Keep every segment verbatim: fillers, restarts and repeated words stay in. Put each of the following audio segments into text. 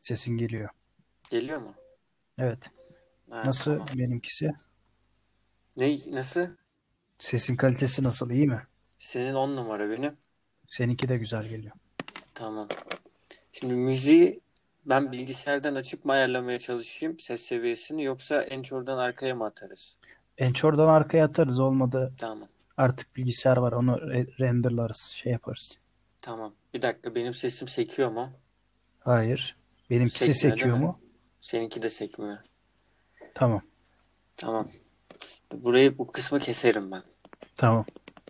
Sesin geliyor. Geliyor mu? Evet. Ha, Nasıl tamam. benimkisi? Ne, nasıl? Sesin kalitesi nasıl? İyi mi? Senin on numara benim. Seninki de güzel geliyor. Tamam. Şimdi müziği ben bilgisayardan açıp mı ayarlamaya çalışayım ses seviyesini yoksa Anchor'dan arkaya mı atarız? Enchore'dan arkaya atarız. Olmadı Tamam. artık bilgisayar var. Onu re- renderlarız. Şey yaparız. Tamam. Bir dakika benim sesim sekiyor mu? Hayır. Benimkisi Sekmiyor değil sekiyor mi? mu? Seninki de sekmiyor. Tamam. Tamam. Burayı bu kısmı keserim ben. Tamam.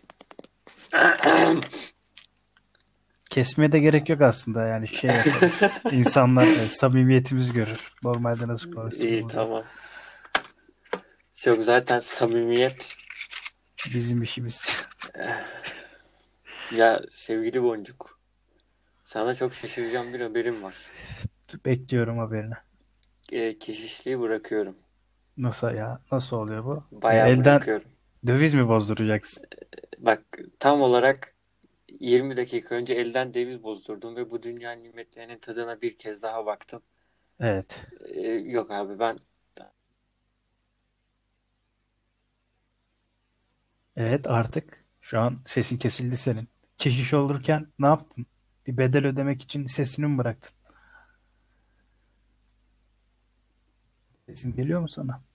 Kesmeye de gerek yok aslında. Yani şey yaparız. İnsanlar e, samimiyetimizi görür. Normalde nasıl İyi konuştuğumuzu. tamam. Yok zaten samimiyet. Bizim işimiz. Ya sevgili Boncuk. Sana çok şaşıracağım bir haberim var. Bekliyorum haberini. E, keşişliği bırakıyorum. Nasıl ya? Nasıl oluyor bu? E, Bayağı elden bırakıyorum. döviz mi bozduracaksın? Bak tam olarak yirmi dakika önce elden döviz bozdurdum ve bu dünya nimetlerinin tadına bir kez daha baktım. Evet. Ee, yok abi ben Evet artık. Şu an sesin kesildi senin. Keşiş olurken ne yaptın? Bir bedel ödemek için sesini mi bıraktın? Sesim geliyor mu sana?